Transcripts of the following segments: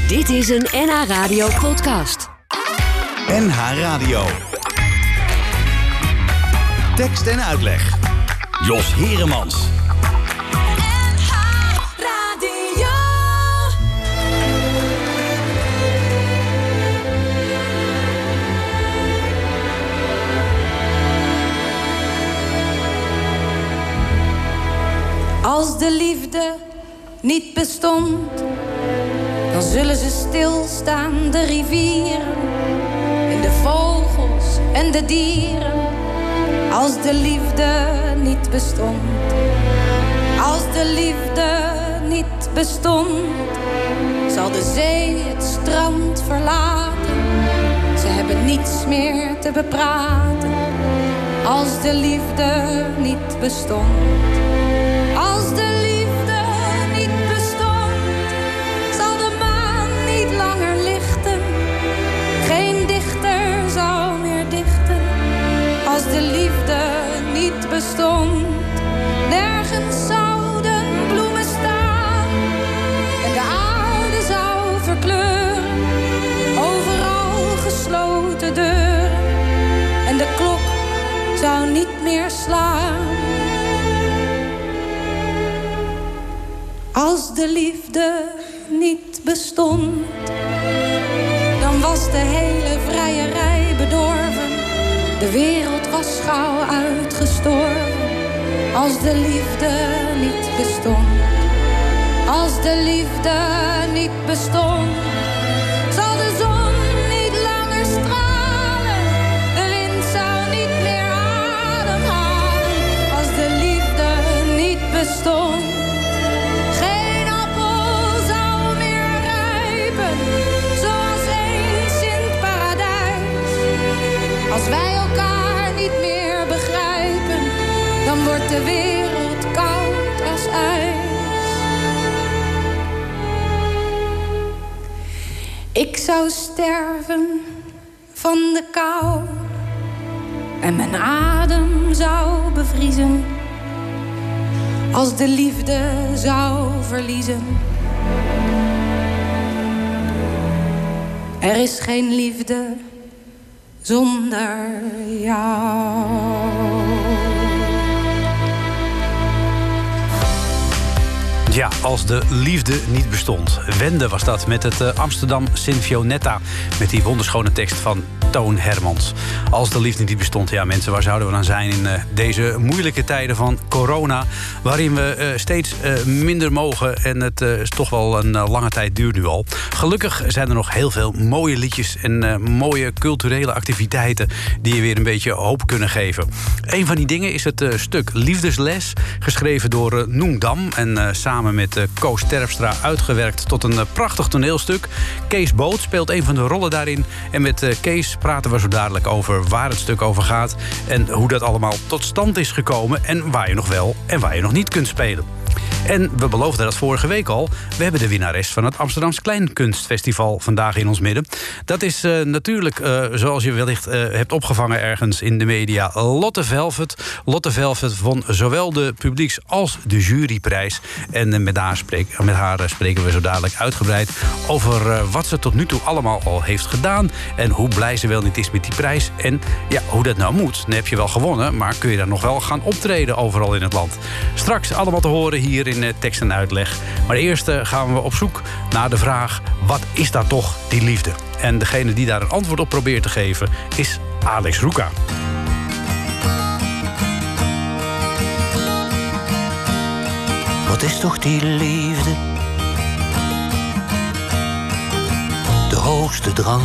Dit is een NH Radio podcast. NH Radio. Tekst en uitleg. Jos Heremans. NH Radio. Als de liefde niet bestond, dan zullen ze stilstaan, de rivieren en de vogels en de dieren. Als de liefde niet bestond, als de liefde niet bestond, zal de zee het strand verlaten. Ze hebben niets meer te bepraten. Als de liefde niet bestond, als de liefde niet bestond, zal de maan niet langer lichten. Geen dichter zal meer dichten. Als de liefde niet bestond, nergens zouden bloemen staan. En de aarde zou verkleuren, overal gesloten deuren. En de klok zou niet meer slaan. Als de liefde niet bestond, dan was de hele vrijerij bedorven. De wereld was gauw uitgestorven. Als de liefde niet bestond, als de liefde niet bestond, zal de zon niet langer stralen. De wind zou niet meer ademhalen. Als de liefde niet bestond, geen appel zou meer rijpen, zoals eens in het paradijs. Als wij elkaar niet meer begrijpen, dan wordt de wereld koud als ijs. Ik zou sterven van de kou en mijn adem zou bevriezen als de liefde zou verliezen. Er is geen liefde zonder jou. Ja, als de liefde niet bestond. Wende was dat met het Amsterdam Sinfionetta. Met die wonderschone tekst van Toon Hermans. Als de liefde niet bestond, ja mensen, waar zouden we dan zijn in deze moeilijke tijden van corona, waarin we steeds minder mogen en het toch wel een lange tijd duurt nu al. Gelukkig zijn er nog heel veel mooie liedjes en mooie culturele activiteiten die je weer een beetje hoop kunnen geven. Een van die dingen is het stuk Liefdesles, geschreven door Noem Dam en samen met Koos Terpstra uitgewerkt tot een prachtig toneelstuk. Kees Boot speelt een van de rollen daarin en met Kees praten we zo dadelijk over waar het stuk over gaat en hoe dat allemaal tot stand is gekomen en waar je nog wel en waar je nog niet kunt spelen. En we beloofden dat vorige week al. We hebben de winnares van het Amsterdams Kleinkunstfestival vandaag in ons midden. Dat is natuurlijk, zoals je wellicht hebt opgevangen ergens in de media, Lotte Velvet. Lotte Velvet won zowel de publieks- als de juryprijs. En met haar spreken we zo dadelijk uitgebreid over wat ze tot nu toe allemaal al heeft gedaan. En hoe blij ze wel niet is met die prijs. En ja, hoe dat nou moet. Dan heb je wel gewonnen, maar kun je daar nog wel gaan optreden overal in het land. Straks allemaal te horen hier in tekst en uitleg. Maar eerst gaan we op zoek naar de vraag: wat is dat toch, die liefde? En degene die daar een antwoord op probeert te geven is Alex Roeka. Wat is toch die liefde? De hoogste drang,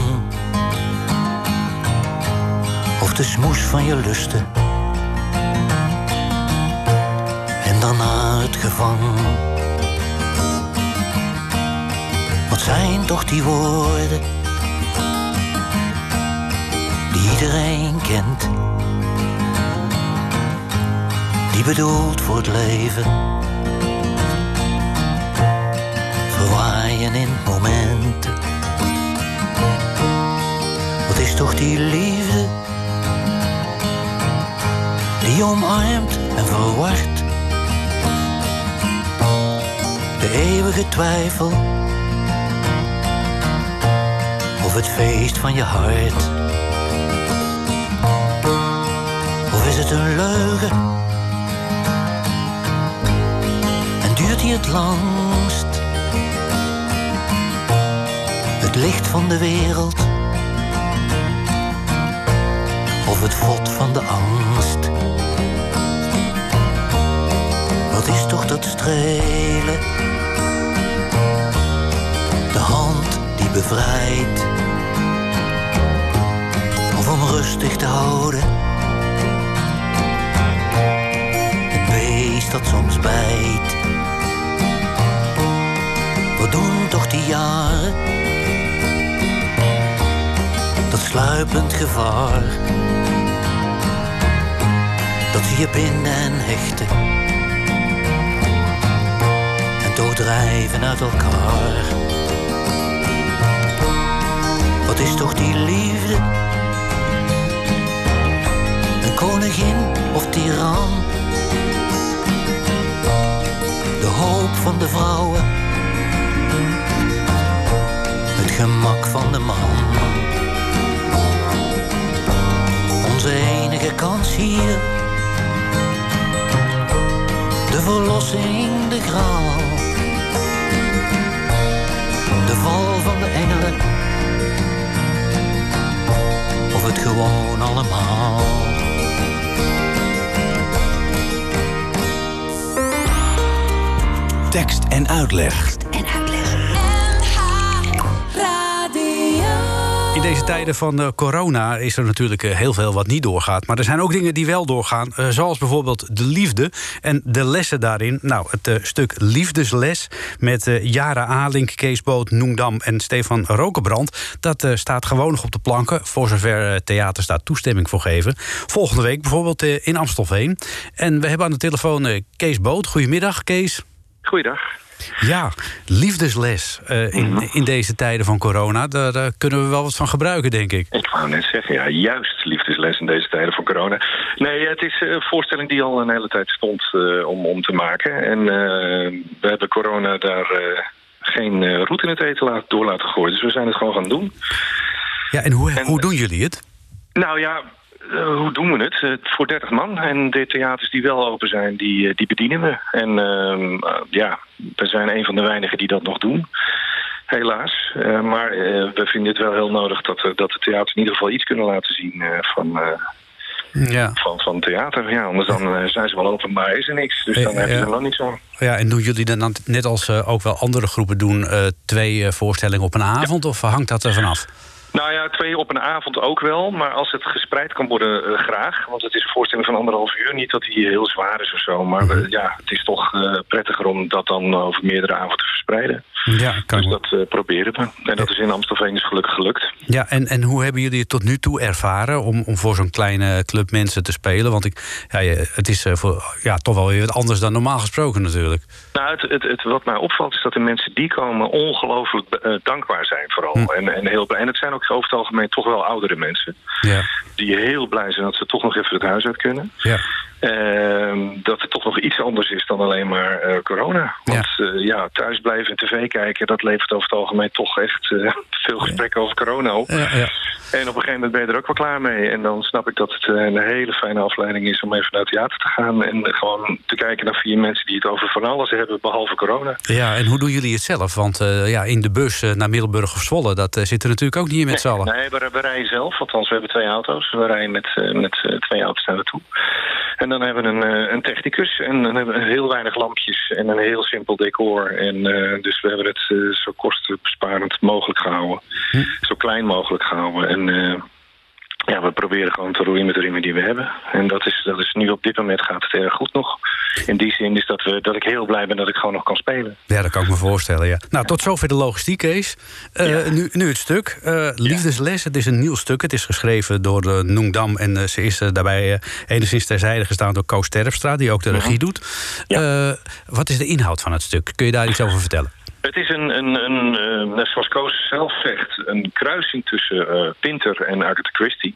of de smoes van je lusten, en daarna het gevang. Wat zijn toch die woorden die iedereen kent, die bedoeld voor het leven, verwaaien in momenten. Wat is toch die liefde die omarmt en verward, de eeuwige twijfel het feest van je hart? Of is het een leugen? En duurt die het langst? Het licht van de wereld? Of het vod van de angst? Wat is toch dat strelen? De hand die bevrijdt. Of om rustig te houden. Het beest dat soms bijt. Wat doen toch die jaren? Dat sluipend gevaar. Dat ze je binden en hechten. En doordrijven uit elkaar. Wat is toch die liefde? Een koningin of tiran? De hoop van de vrouwen. Het gemak van de man. Onze enige kans hier. De verlossing, de graal. De val van de engelen. Of het gewoon allemaal. Tekst en uitleg. In deze tijden van corona is er natuurlijk heel veel wat niet doorgaat. Maar er zijn ook dingen die wel doorgaan. Zoals bijvoorbeeld de liefde en de lessen daarin. Nou, het stuk Liefdesles met Jara Alink, Kees Boot, Nung Dam en Stefan Rokenbrand. Dat staat gewoon nog op de planken. Voor zover theaters daar toestemming voor geven. Volgende week bijvoorbeeld in Amstelveen. En we hebben aan de telefoon Kees Boot. Goedemiddag, Kees. Goeiedag. Ja, liefdesles in deze tijden van corona. Daar kunnen we wel wat van gebruiken, denk ik. Ik wou net zeggen, ja, juist liefdesles in deze tijden van corona. Nee, het is een voorstelling die al een hele tijd stond om te maken. En we hebben corona daar geen roet in het eten door laten gooien. Dus we zijn het gewoon gaan doen. Ja, en hoe doen jullie het? Nou ja, hoe doen we het? Voor 30 man. En de theaters die wel open zijn, die bedienen we. En ja, we zijn een van de weinigen die dat nog doen. Helaas. Maar we vinden het wel heel nodig dat de theaters in ieder geval iets kunnen laten zien van theater. Ja, anders dan zijn ze wel open, maar is er niks. Dus dan hebben ze er nog niks aan. Ja, en doen jullie dan net als ook wel andere groepen doen 2 voorstellingen op een avond? Ja. Of hangt dat er vanaf? Nou ja, 2 op een avond ook wel. Maar als het gespreid kan worden, graag. Want het is een voorstelling van 1,5 uur. Niet dat die heel zwaar is of zo. Maar ja, het is toch prettiger om dat dan over meerdere avonden te verspreiden. Ja, dus dat proberen we. En dat is in Amstelveen dus gelukkig gelukt. Ja, en hoe hebben jullie het tot nu toe ervaren om voor zo'n kleine club mensen te spelen? Want het is toch wel weer wat anders dan normaal gesproken natuurlijk. Nou, het wat mij opvalt is dat de mensen die komen ongelooflijk dankbaar zijn vooral. En heel blij. En het zijn ook over het algemeen toch wel oudere mensen. Ja. Die heel blij zijn dat ze toch nog even het huis uit kunnen. Ja. Dat het toch nog iets anders is dan alleen maar corona. Want thuis blijven en tv kijken, dat levert over het algemeen toch echt veel gesprekken over corona op. Ja, ja. En op een gegeven moment ben je er ook wel klaar mee. En dan snap ik dat het een hele fijne afleiding is om even naar het theater te gaan. En gewoon te kijken naar 4 mensen die het over van alles hebben, behalve corona. Ja, en hoe doen jullie het zelf? Want in de bus naar Middelburg of Zwolle, dat zit er natuurlijk ook niet in met z'n allen. Nee, we rijden zelf. Althans, we hebben 2 auto's. We rijden met 2 auto's naar naartoe. En dan hebben we een technicus en dan hebben we heel weinig lampjes en een heel simpel decor. En dus we hebben het zo kostenbesparend mogelijk gehouden. Zo klein mogelijk gehouden. En we proberen gewoon te roeien met de riemen die we hebben. En dat is nu op dit moment gaat het erg goed nog. In die zin is dat ik heel blij ben dat ik gewoon nog kan spelen. Ja, dat kan ik me voorstellen, ja. Nou, tot zover de logistiek, Kees. Nu het stuk. Liefdesles, het is een nieuw stuk. Het is geschreven door Nung Dam en ze is daarbij enigszins terzijde gestaan door Koos Terpstra, die ook de regie doet. Ja. Wat is de inhoud van het stuk? Kun je daar iets over vertellen? Het is zoals Koos zelf zegt, een kruising tussen Pinter en Agatha Christie.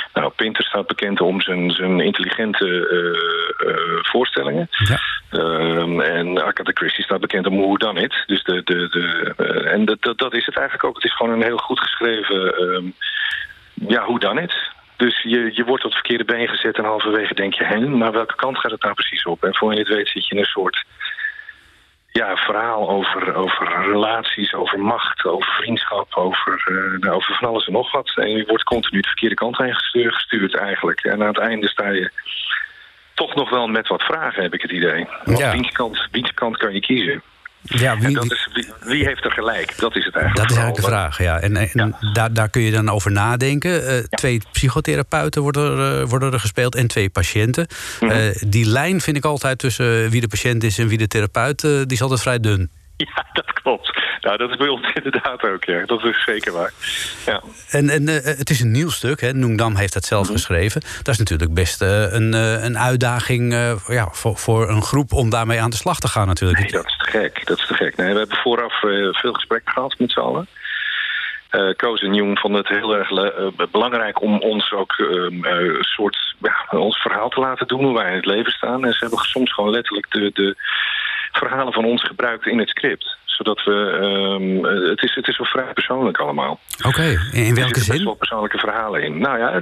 Nou, Pinter staat bekend om zijn intelligente voorstellingen. Ja. En Agatha Christie staat bekend om Who Done It. Dus en dat is het eigenlijk ook. Het is gewoon een heel goed geschreven Who Done It. Dus je wordt op het verkeerde been gezet en halverwege denk je heen. Maar welke kant gaat het nou precies op? En voor je het weet zit je in een soort verhaal over relaties, over macht, over vriendschap, over van alles en nog wat. En je wordt continu de verkeerde kant heen gestuurd eigenlijk. En aan het einde sta je toch nog wel met wat vragen, heb ik het idee. Want wiens kant kan je kiezen? Ja, wie heeft er gelijk? Dat is het eigenlijk. Dat is eigenlijk de vraag, ja. En daar kun je dan over nadenken. 2 psychotherapeuten worden er gespeeld en 2 patiënten. Mm-hmm. Die lijn vind ik altijd tussen wie de patiënt is en wie de therapeut, die is altijd vrij dun. Ja, dat klopt. Nou, dat is bij ons inderdaad ook, ja. Dat is zeker waar. Ja. En het is een nieuw stuk, hè. Noem Dam heeft dat zelf geschreven. Dat is natuurlijk best een uitdaging voor een groep om daarmee aan de slag te gaan natuurlijk. Nee, dat is te gek. Nee, we hebben vooraf veel gesprekken gehad met z'n allen. Koos en Jung vonden het heel erg belangrijk om ons ook ons verhaal te laten doen, hoe wij in het leven staan. En ze hebben soms gewoon letterlijk de verhalen van ons gebruikt in het script. Zodat we... het is wel vrij persoonlijk allemaal. Oké, in welke zin? Er zitten wel persoonlijke verhalen in. Nou ja,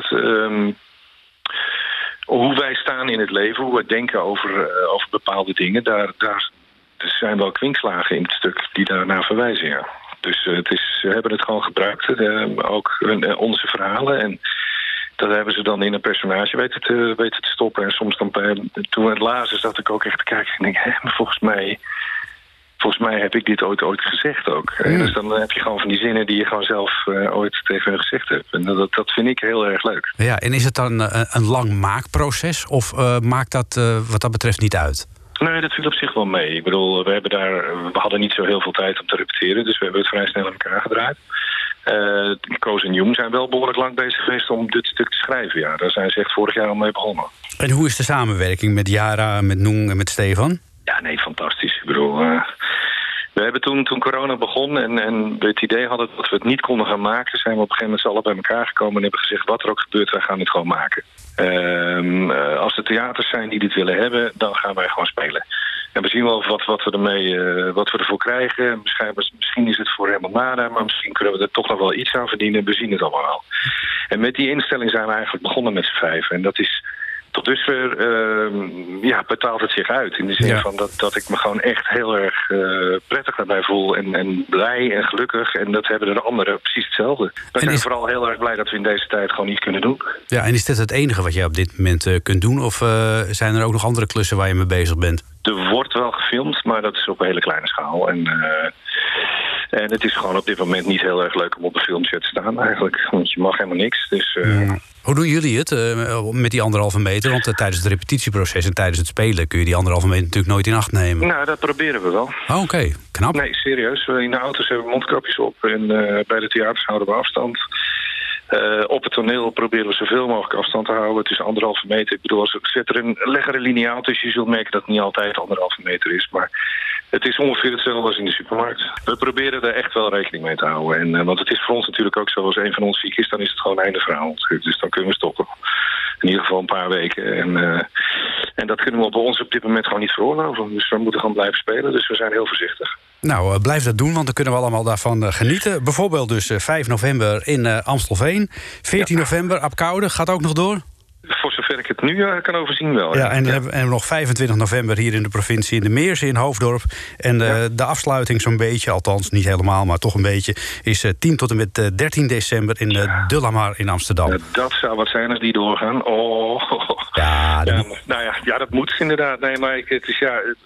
hoe wij staan in het leven, hoe we denken over bepaalde dingen, daar zijn wel kwinkslagen in het stuk die daarnaar verwijzen, ja. Dus ze hebben het gewoon gebruikt, ook onze verhalen. En dat hebben ze dan in een personage weten te stoppen. En soms dan toen we het lazen, zat ik ook echt te kijken en denk, maar volgens mij heb ik dit ooit gezegd ook. Dus dan heb je gewoon van die zinnen die je gewoon zelf ooit tegen hun gezegd hebt. En dat vind ik heel erg leuk. Ja, en is het dan een lang maakproces? Of maakt dat wat dat betreft niet uit? Nee, dat viel op zich wel mee. Ik bedoel, we hadden niet zo heel veel tijd om te repeteren, dus we hebben het vrij snel in elkaar gedraaid. Koos en Jung zijn wel behoorlijk lang bezig geweest om dit stuk te schrijven. Ja, daar zijn ze echt vorig jaar al mee begonnen. En hoe is de samenwerking met Yara, met Noeng en met Stefan? Ja, nee, fantastisch. Ik bedoel, we hebben toen corona begon en we het idee hadden dat we het niet konden gaan maken, zijn we op een gegeven moment alle bij elkaar gekomen en hebben gezegd, wat er ook gebeurt, wij gaan dit gewoon maken. Als er theaters zijn die dit willen hebben, dan gaan wij gewoon spelen. En we zien wel wat we ervoor krijgen. Misschien is het voor helemaal nada, maar misschien kunnen we er toch nog wel iets aan verdienen. We zien het allemaal wel. En met die instelling zijn we eigenlijk begonnen met z'n 5. En dat is tot dusver betaalt het zich uit. In de zin van dat ik me gewoon echt heel erg prettig daarbij voel. En blij en gelukkig. En dat hebben de anderen precies hetzelfde. We zijn vooral heel erg blij dat we in deze tijd gewoon iets kunnen doen. Ja, en is dit het enige wat jij op dit moment kunt doen? Of zijn er ook nog andere klussen waar je mee bezig bent? Er wordt wel gefilmd, maar dat is op een hele kleine schaal. En het is gewoon op dit moment niet heel erg leuk om op de filmset te staan eigenlijk. Want je mag helemaal niks. Dus, Hoe doen jullie het met die 1,5 meter? Want tijdens het repetitieproces en tijdens het spelen kun je die 1,5 meter natuurlijk nooit in acht nemen. Nou, dat proberen we wel. Oh, oké. Knap. Nee, serieus. In de auto's hebben we mondkapjes op en bij de theaters houden we afstand. Op het toneel proberen we zoveel mogelijk afstand te houden. Het is 1,5 meter. Ik bedoel, leg er een liniaal tussen. Je zult merken dat het niet altijd 1,5 meter is. Maar het is ongeveer hetzelfde als in de supermarkt. We proberen er echt wel rekening mee te houden. En, want het is voor ons natuurlijk ook zo, als een van ons ziek is, dan is het gewoon einde verhaal. Dus dan kunnen we stoppen. In ieder geval een paar weken. En dat kunnen we bij ons op dit moment gewoon niet veroorloven. Dus we moeten gewoon blijven spelen. Dus we zijn heel voorzichtig. Nou, blijf dat doen, want dan kunnen we allemaal daarvan genieten. Bijvoorbeeld dus 5 november in Amstelveen. 14 november, Apkoude, gaat ook nog door? Voor zover ik het nu kan overzien wel. Ja, en dan hebben we nog 25 november hier in de provincie in de Meersen in Hoofddorp. En de afsluiting zo'n beetje, althans niet helemaal, maar toch een beetje, is 10 tot en met 13 december in De La Mar in Amsterdam. Dat zou wat zijn als die doorgaan. Oh. Ja, dat moet inderdaad. Nee, maar het is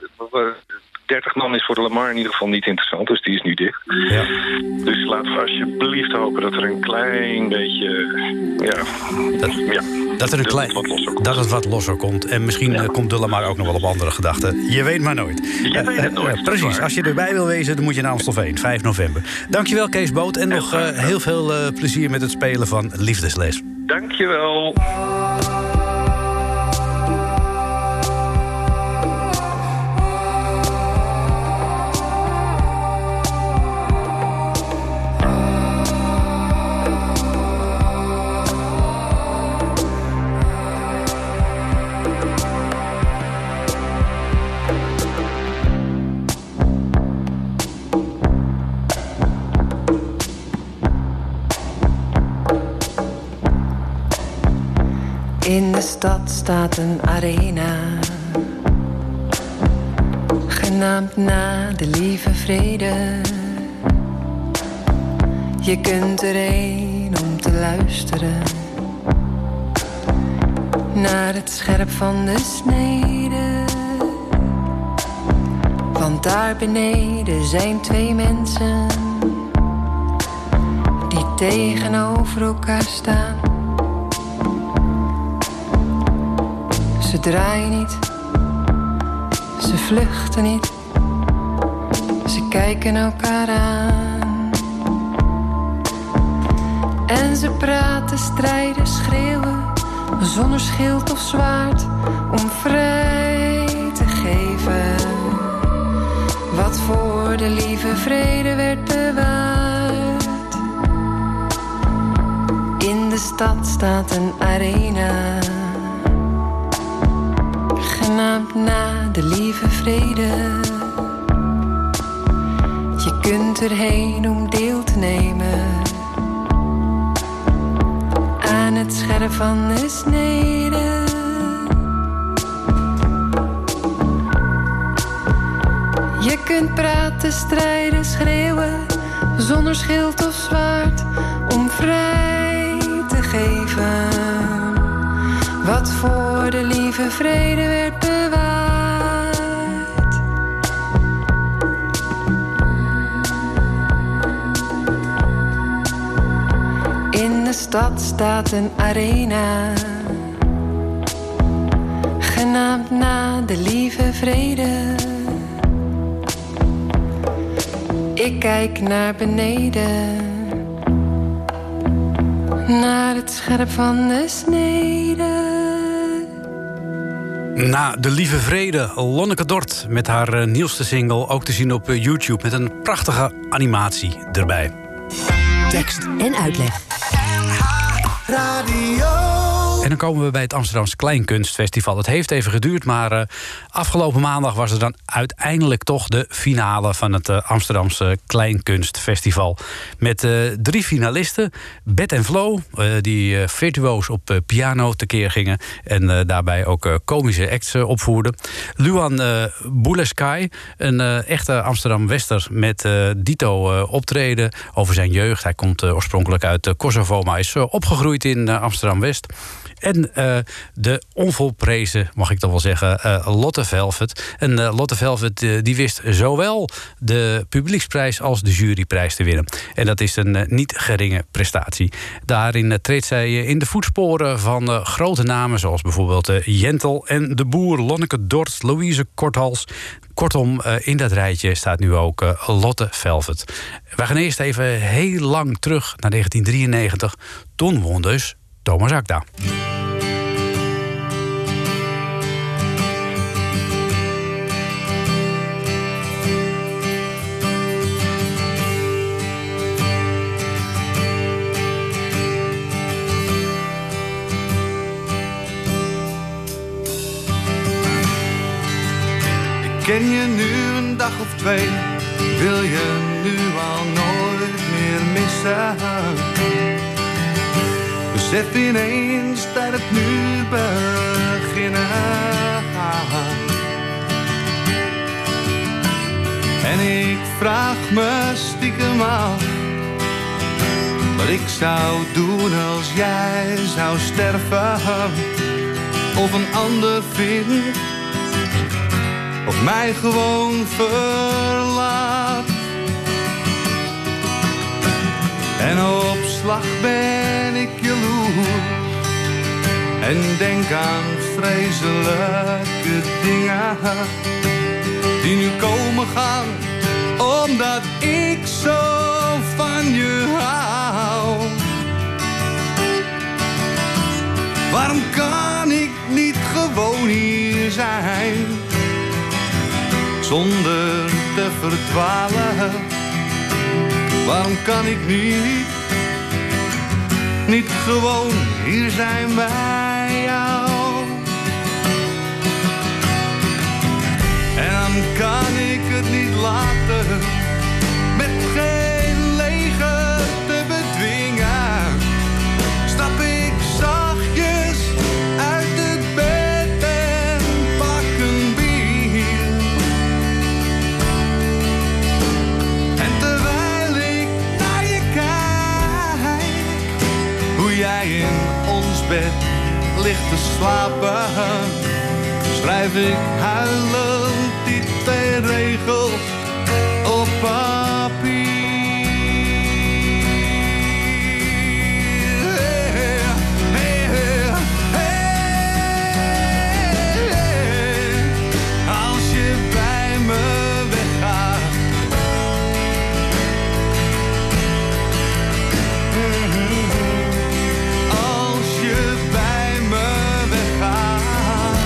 30 man is voor de La Mar in ieder geval niet interessant, dus die is nu dicht. Ja. Dus laten we alsjeblieft hopen dat er een klein beetje... Dat het wat losser komt. En misschien komt de La Mar ook nog wel op andere gedachten. Je weet maar nooit. Je weet het nooit. Precies, als je erbij wil wezen, dan moet je naar Amstelveen, 5 november. Dankjewel, Kees Boot. En nog heel veel plezier met het spelen van Liefdesles. Dankjewel. In de stad staat een arena, genaamd Na de Lieve Vrede. Je kunt erheen om te luisteren naar het scherp van de snede. Want daar beneden zijn twee mensen die tegenover elkaar staan. Ze draaien niet, ze vluchten niet, ze kijken elkaar aan. En ze praten, strijden, schreeuwen, zonder schild of zwaard, om vrij te geven wat voor de lieve vrede werd bewaard. In de stad staat een arena, genaamd Na de Lieve Vrede. Je kunt erheen om deel te nemen aan het scherp van de snede. Je kunt praten, strijden, schreeuwen, zonder schild of zwaard, om vrij te geven wat voor de lieve vrede werd bewaard. In de stad staat een arena, genaamd Na de Lieve Vrede. Ik kijk naar beneden, naar het scherp van de snede. Na de Lieve Vrede, Lonneke Dort met haar nieuwste single, ook te zien op YouTube, met een prachtige animatie erbij. Tekst en uitleg. En dan komen we bij het Amsterdamse Kleinkunstfestival. Het heeft even geduurd, maar afgelopen maandag was er dan uiteindelijk toch de finale van het Amsterdamse Kleinkunstfestival. Met 3 finalisten. Bet en Flo, die virtuoos op piano tekeer gingen en daarbij ook komische acts opvoerden. Luan Bouleskai, een echte Amsterdam-Wester met dito optreden over zijn jeugd. Hij komt oorspronkelijk uit Kosovo, maar is opgegroeid in Amsterdam-West. En de onvolprezen, mag ik toch wel zeggen, Lotte Velvet. En Lotte Velvet die wist zowel de publieksprijs als de juryprijs te winnen. En dat is een niet geringe prestatie. Daarin treedt zij in de voetsporen van grote namen, zoals bijvoorbeeld Jentel en de Boer, Lonneke Dort, Louise Korthals. Kortom, in dat rijtje staat nu ook Lotte Velvet. We gaan eerst even heel lang terug naar 1993. Toen won dus Thomas Akda. Ken je nu een dag of 2, wil je nu al nooit meer missen. Besef ineens dat het nu beginnen gaat. En ik vraag me stiekem af wat ik zou doen als jij zou sterven. Of een ander vindt, of mij gewoon verlaat. En op slag ben ik jaloers en denk aan vreselijke dingen die nu komen gaan, omdat ik zo van je hou. Waarom kan ik niet gewoon hier zijn, zonder te verdwalen? Waarom kan ik niet gewoon hier zijn bij jou? En dan kan ik het niet laten, met geen leger te bedwingen. Stap ik zachtjes bed ligt te slapen, schrijf ik huilend die 2 regels op papier. Als je bij me weggaat, als je bij me weggaat,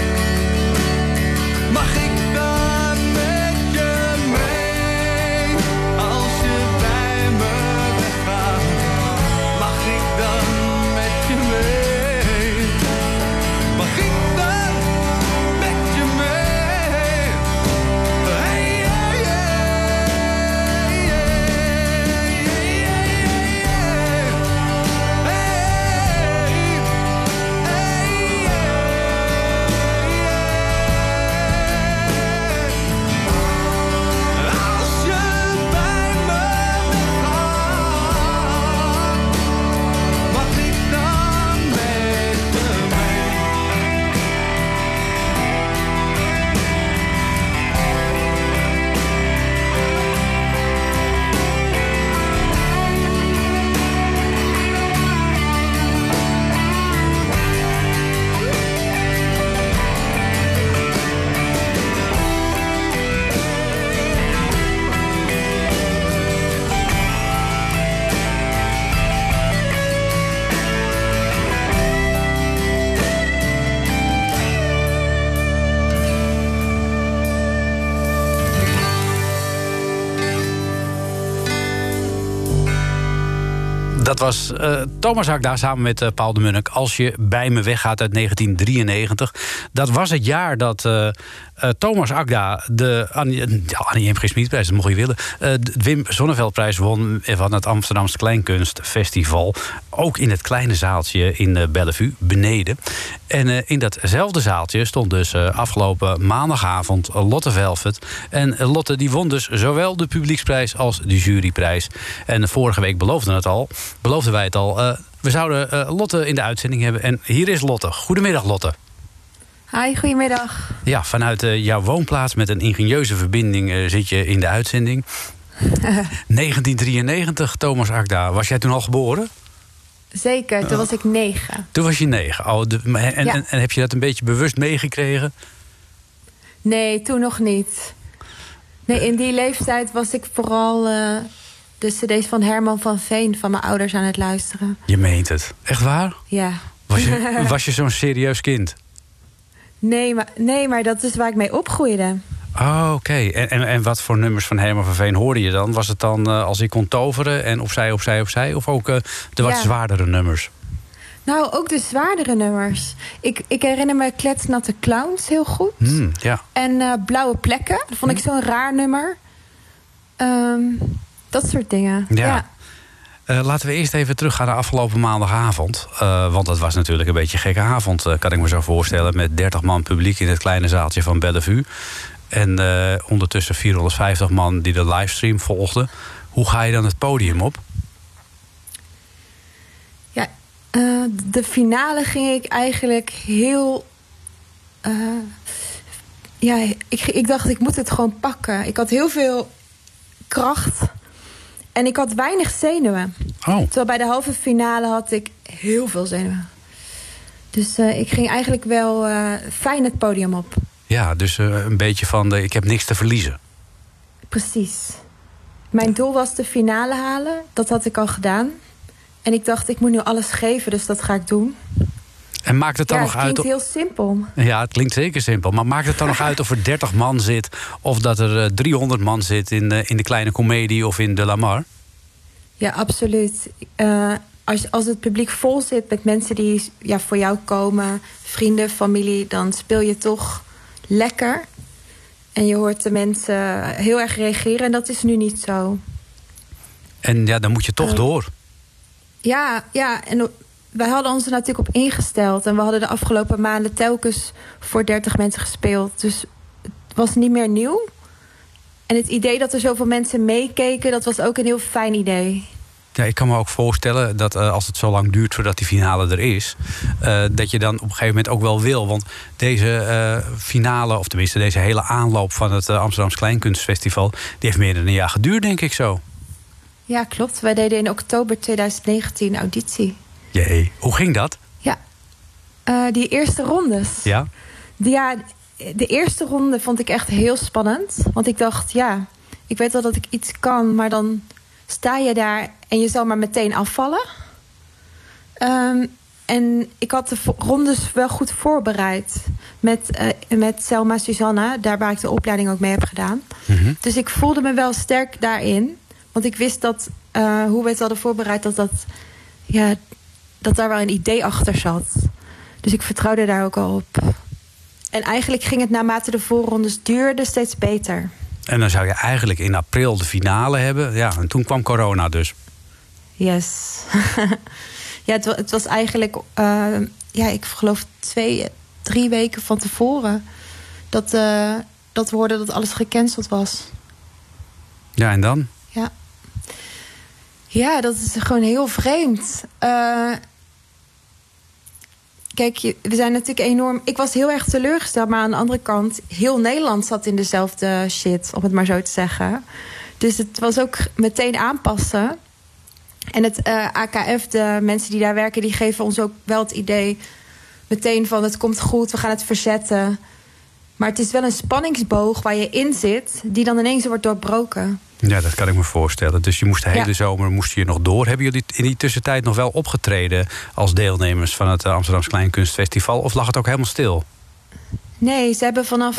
mag ik dan met je mee? Als je bij me weggaat, mag ik dan met je mee? Mag ik dan met je mee? Hey, hey, als je bij me weggaat, mag ik dan met je mee? Dat was Thomas Akda samen met Paul de Munnik. Als je bij me weggaat uit 1993. Dat was het jaar dat Thomas Akda de Annie M. G. Schmidprijs, dat mocht je willen, de Wim Zonneveldprijs won van het Amsterdamse Kleinkunstfestival. Ook in het kleine zaaltje in Bellevue, beneden. En in datzelfde zaaltje stond dus afgelopen maandagavond Lotte Velvet. En Lotte die won dus zowel de publieksprijs als de juryprijs. En vorige week beloofden wij het al. We zouden Lotte in de uitzending hebben. En hier is Lotte. Goedemiddag, Lotte. Hi, goedemiddag. Ja, vanuit jouw woonplaats met een ingenieuze verbinding zit je in de uitzending. 1993, Thomas Akda. Was jij toen al geboren? Zeker, toen was ik 9. Toen was je 9. Oh, en heb je dat een beetje bewust meegekregen? Nee, toen nog niet. Nee, in die leeftijd was ik vooral de cd's van Herman van Veen van mijn ouders aan het luisteren. Je meent het. Echt waar? Ja. Was je zo'n serieus kind? Nee, maar dat is waar ik mee opgroeide. Oh, oké. En wat voor nummers van Herman van Veen hoorde je dan? Was het dan Als ik kon toveren en Opzij, opzij, opzij? Of ook de wat zwaardere nummers? Nou, ook de zwaardere nummers. Ik herinner me Kletsnatte Clowns heel goed. Ja. En Blauwe Plekken. Dat vond ik zo'n raar nummer. Dat soort dingen. Ja. Laten we eerst even teruggaan naar afgelopen maandagavond. Want dat was natuurlijk een beetje een gekke avond, kan ik me zo voorstellen. Met 30 man publiek in het kleine zaaltje van Bellevue. En ondertussen 450 man die de livestream volgden. Hoe ga je dan het podium op? Ja, de finale ging ik eigenlijk heel... ik dacht, ik moet het gewoon pakken. Ik had heel veel kracht... En ik had weinig zenuwen. Oh. Terwijl bij de halve finale had ik heel veel zenuwen. Dus ik ging eigenlijk wel fijn het podium op. Ja, dus een beetje van ik heb niks te verliezen. Precies. Mijn doel was de finale halen. Dat had ik al gedaan. En ik dacht, ik moet nu alles geven, dus dat ga ik doen. En maakt het dan nog uit? Het klinkt heel simpel. Ja, het klinkt zeker simpel. Maar maakt het dan nog uit of er 30 man zit... of dat er 300 man zit in de kleine komedie of in De La Mar? Ja, absoluut. Als het publiek vol zit met mensen die voor jou komen... vrienden, familie, dan speel je toch lekker. En je hoort de mensen heel erg reageren. En dat is nu niet zo. En ja, dan moet je toch door. Ja, en... Wij hadden ons er natuurlijk op ingesteld. En we hadden de afgelopen maanden telkens voor 30 mensen gespeeld. Dus het was niet meer nieuw. En het idee dat er zoveel mensen meekeken, dat was ook een heel fijn idee. Ja, ik kan me ook voorstellen dat als het zo lang duurt voordat die finale er is, dat je dan op een gegeven moment ook wel wil. Want deze finale, of tenminste deze hele aanloop van het Amsterdamse Kleinkunstfestival, die heeft meer dan een jaar geduurd, denk ik zo. Ja, klopt. Wij deden in oktober 2019 auditie. Jee, hoe ging dat? Ja, die eerste rondes. Ja? De eerste ronde vond ik echt heel spannend. Want ik dacht, ik weet wel dat ik iets kan, maar dan sta je daar en je zal maar meteen afvallen. En ik had de rondes wel goed voorbereid met Selma Susanna, daar waar ik de opleiding ook mee heb gedaan. Mm-hmm. Dus ik voelde me wel sterk daarin. Want ik wist dat, hoe we het hadden voorbereid, dat daar wel een idee achter zat. Dus ik vertrouwde daar ook al op. En eigenlijk ging het naarmate de voorrondes duurden steeds beter. En dan zou je eigenlijk in april de finale hebben. Ja, en toen kwam corona dus. Yes. Ja, het was eigenlijk, ik geloof 2-3 weken van tevoren dat we hoorden dat alles gecanceld was. Ja, en dan? Ja, dat is gewoon heel vreemd. Kijk, we zijn natuurlijk enorm... Ik was heel erg teleurgesteld, maar aan de andere kant, heel Nederland zat in dezelfde shit, om het maar zo te zeggen. Dus het was ook meteen aanpassen. En het AKF, de mensen die daar werken, die geven ons ook wel het idee meteen van het komt goed, we gaan het verzetten. Maar het is wel een spanningsboog waar je in zit, die dan ineens wordt doorbroken. Ja, dat kan ik me voorstellen. Dus je moest de hele zomer nog door. Hebben jullie in die tussentijd nog wel opgetreden als deelnemers van het Amsterdamse Kleinkunstfestival? Of lag het ook helemaal stil? Nee, ze hebben vanaf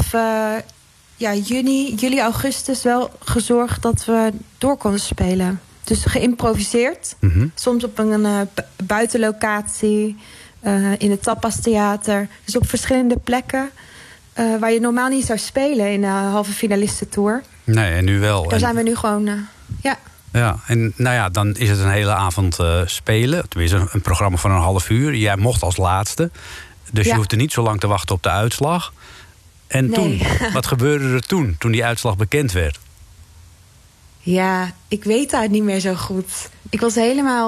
juli, augustus wel gezorgd dat we door konden spelen. Dus geïmproviseerd. Mm-hmm. Soms op een buitenlocatie, in het Tapas Theater. Dus op verschillende plekken waar je normaal niet zou spelen in de halve finalistentour. Nee, en nu wel. Daar zijn we nu gewoon, Ja, en dan is het een hele avond spelen. Tenminste, een programma van een half uur. Jij mocht als laatste. Dus je hoefde niet zo lang te wachten op de uitslag. En toen, wat gebeurde er toen die uitslag bekend werd? Ja, ik weet het niet meer zo goed. Ik was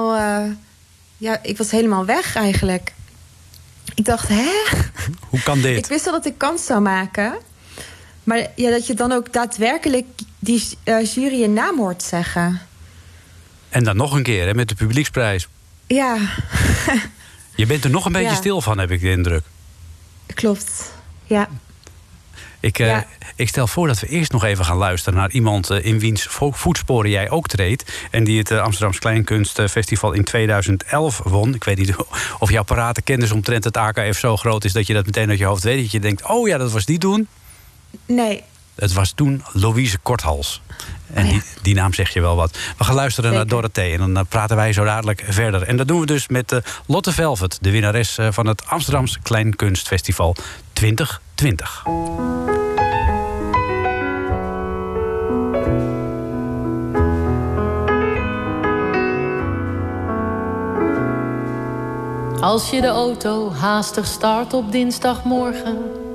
helemaal weg eigenlijk. Ik dacht, hoe kan dit? Ik wist wel dat ik kans zou maken. Maar dat je dan ook daadwerkelijk die jury een naam hoort zeggen. En dan nog een keer, met de publieksprijs. Ja. Je bent er nog een beetje stil van, heb ik de indruk. Klopt, ja. Ik stel voor dat we eerst nog even gaan luisteren naar iemand in wiens voetsporen jij ook treedt. En die het Amsterdamse Kleinkunstfestival in 2011 won. Ik weet niet of jouw parate kennis omtrent het AKF zo groot is dat je dat meteen uit je hoofd weet. Dat je denkt, oh ja, dat was die toen. Nee. Het was toen Louise Korthals. En die naam zeg je wel wat. We gaan luisteren naar Dorothee en dan praten wij zo dadelijk verder. En dat doen we dus met Lotte Velvet, de winnares van het Amsterdamse Kleinkunstfestival 2020. Als je de auto haastig start op dinsdagmorgen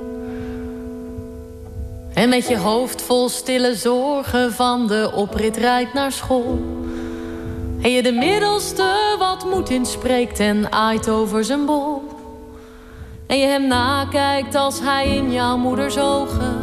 en met je hoofd vol stille zorgen van de oprit rijdt naar school en je de middelste wat moed inspreekt en aait over zijn bol en je hem nakijkt als hij in jouw moeders ogen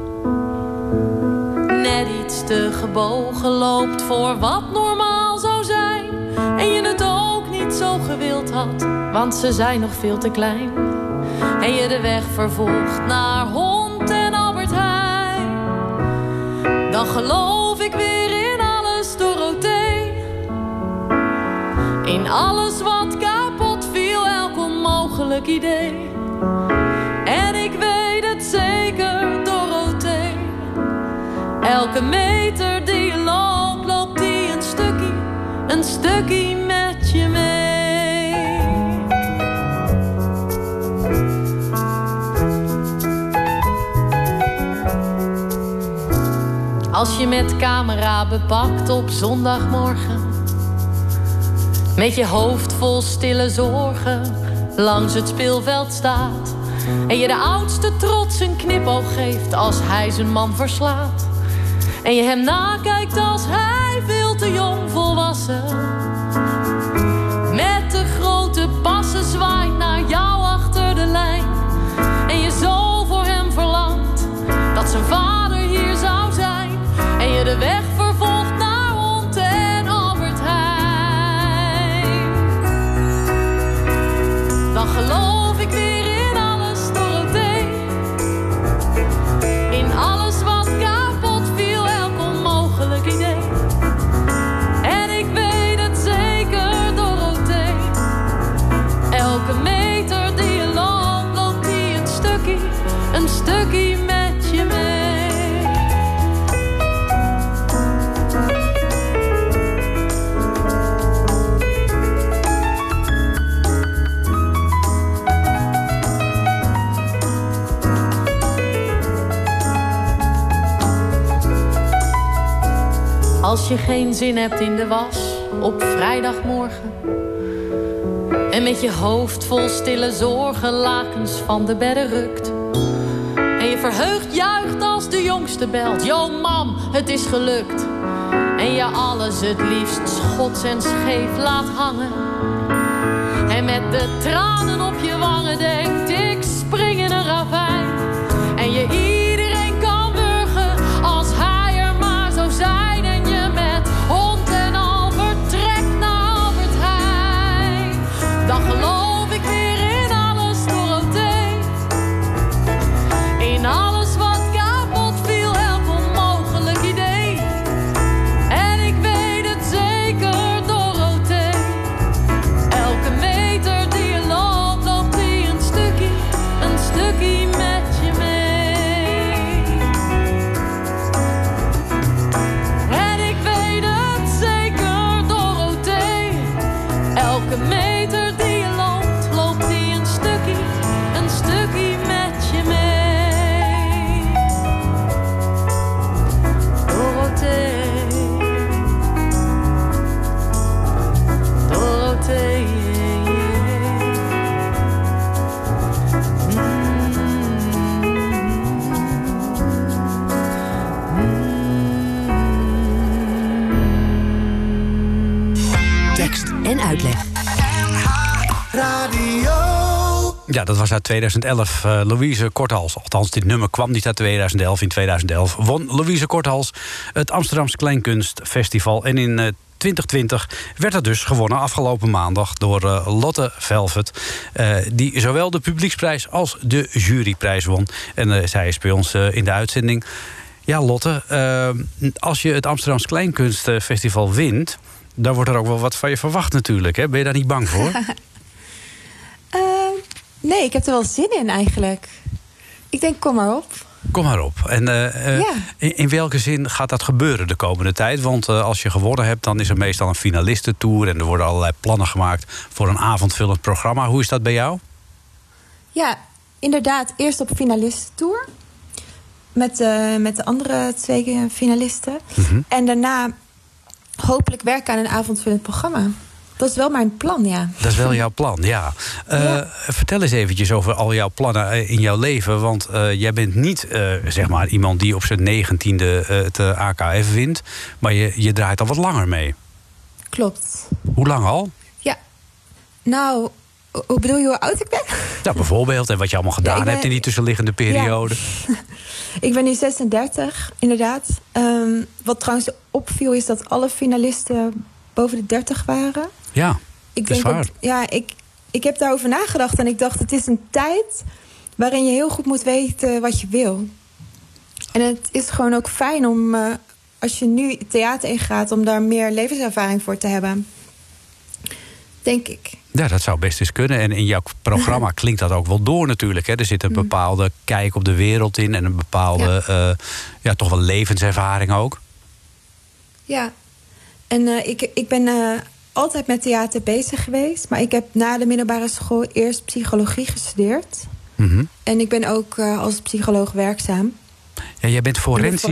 net iets te gebogen loopt voor wat normaal zou zijn en je het ook niet zo gewild had, want ze zijn nog veel te klein en je de weg vervolgt naar Hond en Albert Heijn. Dan geloof ik weer in alles, Dorothee. In alles wat kapot viel, elk onmogelijk idee. En ik weet het zeker, Dorothee. Elke meter die je loopt, loopt die een stukje met je mee. Als je met camera bepakt op zondagmorgen, met je hoofd vol stille zorgen langs het speelveld staat en je de oudste trots een knipoog geeft als hij zijn man verslaat en je hem nakijkt als hij veel te jong volwassen Als je geen zin hebt in de was op vrijdagmorgen en met je hoofd vol stille zorgen lakens van de bedden rukt en je verheugd juicht als de jongste belt: yo mam, het is gelukt. En je alles het liefst schots en scheef laat hangen en met de tranen op je wangen denkt: ik spring in een ravijn. En je iedereen kan wurgen als hij er maar zou zijn. En je met hond en al vertrekt naar Albert Heijn. Dan geloof ik weer in alles, Dorothee. In alles wat kapot viel, elk onmogelijk idee. En ik weet het zeker, Dorothee. Elke meter die je loopt, loopt die een stukje met je mee. En ik weet het zeker, Dorothee. Elke meter die je loopt, loopt die een stukje met je mee. Dorothee. Dorothee. Tekst en uitleg. Ja, dat was uit 2011. Louise Korthals. Althans, dit nummer kwam niet uit 2011. In 2011 won Louise Korthals het Amsterdamse Kleinkunstfestival. En in 2020 werd het dus gewonnen afgelopen maandag door Lotte Velvet. Die zowel de publieksprijs als de juryprijs won. En zij is bij ons in de uitzending. Ja, Lotte, als je het Amsterdamse Kleinkunstfestival wint, dan wordt er ook wel wat van je verwacht natuurlijk. Hè? Ben je daar niet bang voor? Nee, ik heb er wel zin in eigenlijk. Ik denk, kom maar op. Kom maar op. En in welke zin gaat dat gebeuren de komende tijd? Want als je gewonnen hebt, dan is er meestal een finalistentour en er worden allerlei plannen gemaakt voor een avondvullend programma. Hoe is dat bij jou? Ja, inderdaad. Eerst op finalistentour. Met de andere 2 finalisten. Mm-hmm. En daarna hopelijk werken aan een avondvullend programma. Dat is wel mijn plan, ja. Dat is wel jouw plan, ja. Vertel eens eventjes over al jouw plannen in jouw leven. Want jij bent niet zeg maar iemand die op zijn 19e het AKF wint. Maar je draait al wat langer mee. Klopt. Hoe lang al? Ja. Nou, hoe bedoel je hoe oud ik ben? Ja, bijvoorbeeld. En wat je allemaal gedaan hebt in die tussenliggende periode. Ja. Ik ben nu 36, inderdaad. Wat trouwens opviel is dat alle finalisten boven de 30 waren. Ja, dat is waar. Ik heb daarover nagedacht en ik dacht, het is een tijd waarin je heel goed moet weten wat je wil. En het is gewoon ook fijn om, als je nu theater ingaat, om daar meer levenservaring voor te hebben. Denk ik. Ja, dat zou best eens kunnen. En in jouw programma klinkt dat ook wel door natuurlijk. Hè? Er zit een bepaalde kijk op de wereld in en een bepaalde, toch wel levenservaring ook. Ja, en ik ben altijd met theater bezig geweest. Maar ik heb na de middelbare school eerst psychologie gestudeerd. Mm-hmm. En ik ben ook als psycholoog werkzaam. Ja, jij bent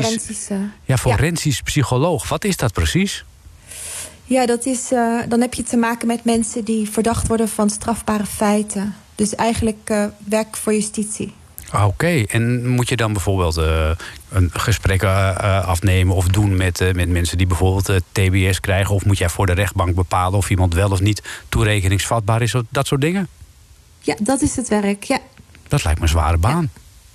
forensisch psycholoog. Wat is dat precies? Ja, dat is, dan heb je te maken met mensen die verdacht worden van strafbare feiten. Dus eigenlijk werk voor justitie. Oké, en moet je dan bijvoorbeeld een gesprek afnemen of doen met mensen die bijvoorbeeld TBS krijgen? Of moet jij voor de rechtbank bepalen of iemand wel of niet toerekeningsvatbaar is? Dat soort dingen? Ja, dat is het werk, ja. Dat lijkt me een zware baan.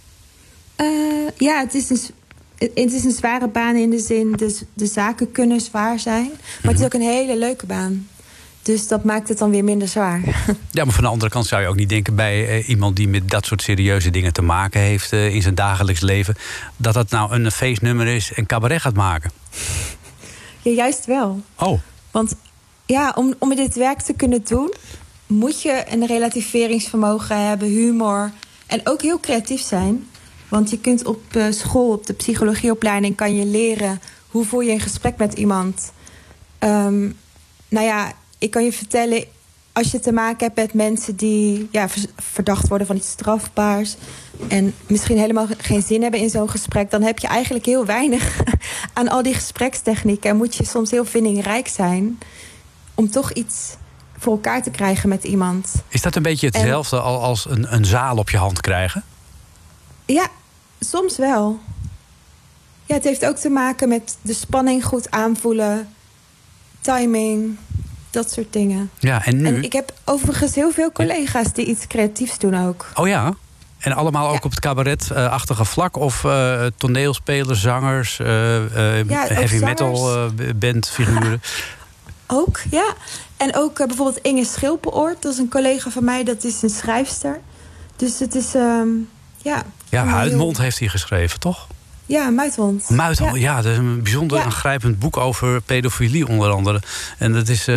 Ja, het is een zware baan in de zin, dus de zaken kunnen zwaar zijn. Maar het is ook een hele leuke baan. Dus dat maakt het dan weer minder zwaar. Ja, maar van de andere kant zou je ook niet denken bij iemand die met dat soort serieuze dingen te maken heeft in zijn dagelijks leven, dat dat nou een feestnummer is en cabaret gaat maken. Ja, juist wel. Oh. Want ja, om dit werk te kunnen doen, moet je een relativeringsvermogen hebben, humor en ook heel creatief zijn. Want je kunt op school, op de psychologieopleiding, kan je leren hoe voer je een gesprek met iemand. Nou ja, ik kan je vertellen, als je te maken hebt met mensen die verdacht worden van iets strafbaars en misschien helemaal geen zin hebben in zo'n gesprek, dan heb je eigenlijk heel weinig aan al die gesprekstechnieken. En moet je soms heel vindingrijk zijn om toch iets voor elkaar te krijgen met iemand. Is dat een beetje hetzelfde als een zaal op je hand krijgen? Ja, soms wel. Ja, het heeft ook te maken met de spanning goed aanvoelen, timing, dat soort dingen. Ja, en nu? En ik heb overigens heel veel collega's die iets creatiefs doen ook. Oh ja? En allemaal ook op het cabaretachtige vlak? Of toneelspelers, zangers, heavy metal bandfiguren? Ook, ja. En ook bijvoorbeeld Inge Schilpenoort. Dat is een collega van mij, dat is een schrijfster. Dus het is, Ja, Huidmond heeft hij geschreven, toch? Ja, Muidhond. Muidhond, ja, dat is een bijzonder aangrijpend boek over pedofilie onder andere. En dat is,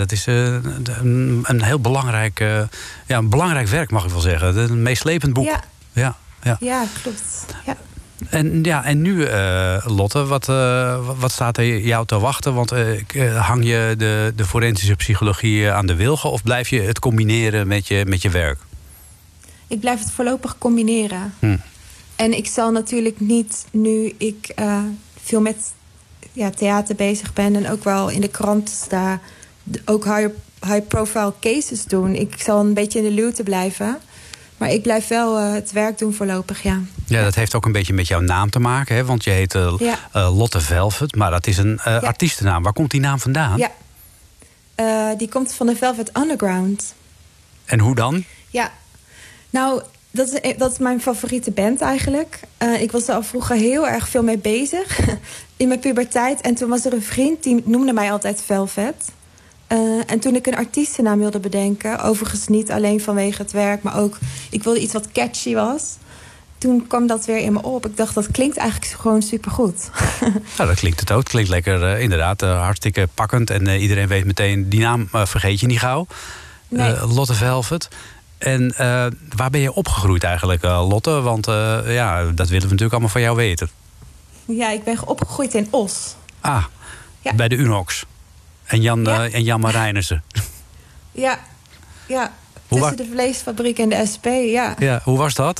een heel belangrijk, een belangrijk werk, mag ik wel zeggen. Een meeslepend boek. Ja, klopt. Ja. En nu, Lotte, wat staat er jou te wachten? Want hang je de forensische psychologie aan de wilgen, of blijf je het combineren met je werk? Ik blijf het voorlopig combineren. En ik zal natuurlijk niet, nu ik veel met theater bezig ben en ook wel in de krant sta, ook high-profile cases doen. Ik zal een beetje in de luwte blijven. Maar ik blijf wel het werk doen voorlopig, ja. Ja, dat heeft ook een beetje met jouw naam te maken, hè? Want je heet Lotte Velvet, maar dat is een artiestennaam. Waar komt die naam vandaan? Ja, die komt van de Velvet Underground. En hoe dan? Ja, nou, dat is mijn favoriete band eigenlijk. Ik was er al vroeger heel erg veel mee bezig. In mijn puberteit. En toen was er een vriend, die noemde mij altijd Velvet. En toen ik een artiestennaam wilde bedenken, overigens niet alleen vanwege het werk, maar ook, ik wilde iets wat catchy was. Toen kwam dat weer in me op. Ik dacht, dat klinkt eigenlijk gewoon supergoed. Nou, dat klinkt het ook. Het klinkt lekker, inderdaad, hartstikke pakkend. En iedereen weet meteen, die naam vergeet je niet gauw. Nee. Lotte Velvet. En waar ben je opgegroeid eigenlijk, Lotte? Want dat willen we natuurlijk allemaal van jou weten. Ja, ik ben opgegroeid in Os. Ah, bij de Unox. En Jan Marijnissen. Ja. Tussen de vleesfabriek en de SP, ja. Ja, hoe was dat?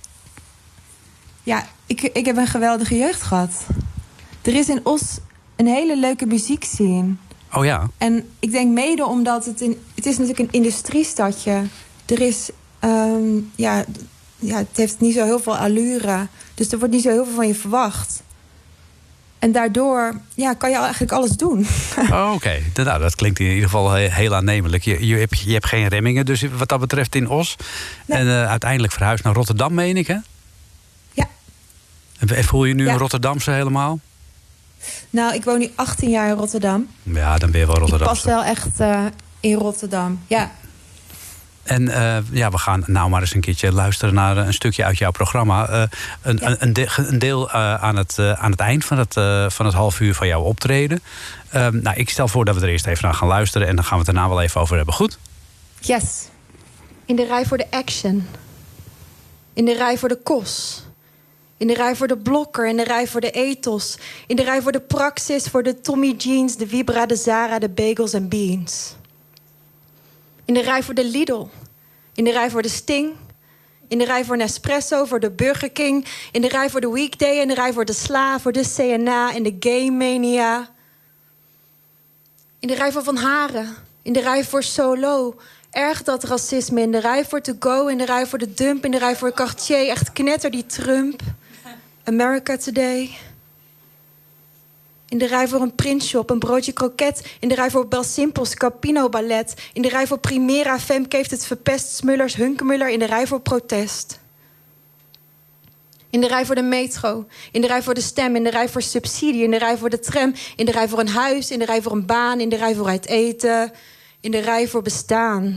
Ja, ik heb een geweldige jeugd gehad. Er is in Os een hele leuke muziekscene. Oh ja? En ik denk mede omdat het is natuurlijk een industriestadje. Er is, het heeft niet zo heel veel allure. Dus er wordt niet zo heel veel van je verwacht. En daardoor kan je eigenlijk alles doen. Oh, oké. Nou, dat klinkt in ieder geval heel aannemelijk. Je hebt geen remmingen dus wat dat betreft in Os. Nee. En uiteindelijk verhuisd naar Rotterdam, meen ik, hè? Ja. En voel je nu een Rotterdamse helemaal? Nou, ik woon nu 18 jaar in Rotterdam. Ja, dan ben je wel Rotterdamse. Ik pas wel echt in Rotterdam, ja. En we gaan nou maar eens een keertje luisteren naar een stukje uit jouw programma. Een deel aan het eind van het half uur van jouw optreden. Ik stel voor dat we er eerst even naar gaan luisteren. En dan gaan we het daarna wel even over hebben. Goed? Yes. In de rij voor de action. In de rij voor de kos. In de rij voor de blokker. In de rij voor de ethos. In de rij voor de praxis. Voor de Tommy Jeans, de Vibra, de Zara, de bagels en beans. In de rij voor de Lidl. In de rij voor de Sting. In de rij voor Nespresso, voor de Burger King. In de rij voor de Weekday. In de rij voor de Sla, voor de CNA. In de Game Mania. In de rij voor Van Haren. In de rij voor Solo. Erg dat racisme. In de rij voor To Go. In de rij voor de Dump. In de rij voor Cartier. Echt knetter die Trump. America Today. In de rij voor een printshop, een broodje kroket. In de rij voor Bel Simples, Capino Ballet. In de rij voor Primera, Femke heeft het verpest. Smullers, Hunkemuller. In de rij voor protest. In de rij voor de metro. In de rij voor de stem. In de rij voor subsidie. In de rij voor de tram. In de rij voor een huis. In de rij voor een baan. In de rij voor uit eten. In de rij voor bestaan.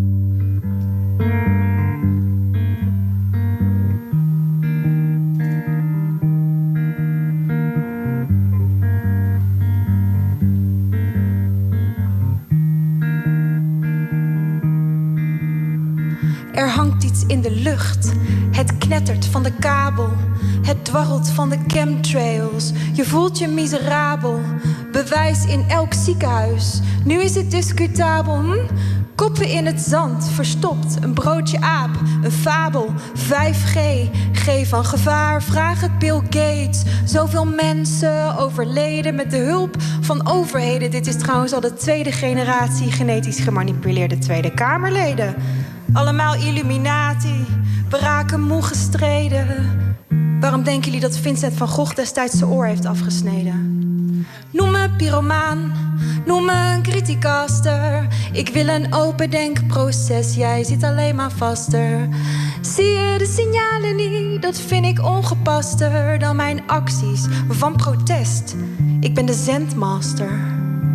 Er hangt iets in de lucht. Het knettert van de kabel. Het dwarrelt van de chemtrails. Je voelt je miserabel. Bewijs in elk ziekenhuis. Nu is het discutabel. Koppen in het zand, verstopt, een broodje aap, een fabel, 5G, G van gevaar, vraag het Bill Gates. Zoveel mensen overleden met de hulp van overheden. Dit is trouwens al de 2e generatie genetisch gemanipuleerde Tweede Kamerleden. Allemaal Illuminati, we raken moe gestreden. Waarom denken jullie dat Vincent van Gogh destijds zijn oor heeft afgesneden? Noem me pyromaan, noem me een criticaster. Ik wil een open denkproces, jij zit alleen maar vaster. Zie je de signalen niet, dat vind ik ongepaster dan mijn acties van protest. Ik ben de zendmaster.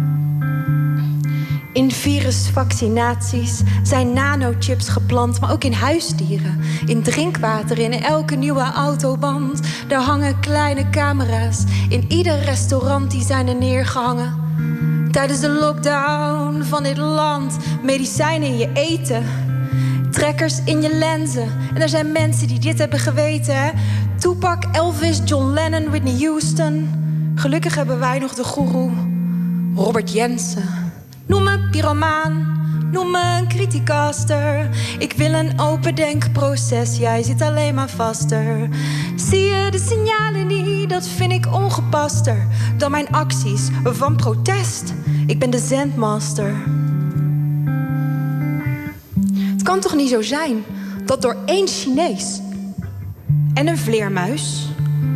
In virusvaccinaties zijn nanochips geplant, maar ook in huisdieren, in drinkwater, in elke nieuwe autoband. Daar hangen kleine camera's, in ieder restaurant die zijn er neergehangen. Tijdens de lockdown van dit land, medicijnen in je eten, trekkers in je lenzen. En er zijn mensen die dit hebben geweten, hè? Tupac, Elvis, John Lennon, Whitney Houston. Gelukkig hebben wij nog de goeroe Robert Jensen. Noem me pyromaan, noem me een criticaster. Ik wil een open denkproces, jij zit alleen maar vaster. Zie je de signalen niet, dat vind ik ongepaster dan mijn acties van protest. Ik ben de zendmaster. Het kan toch niet zo zijn dat door 1 Chinees en een vleermuis,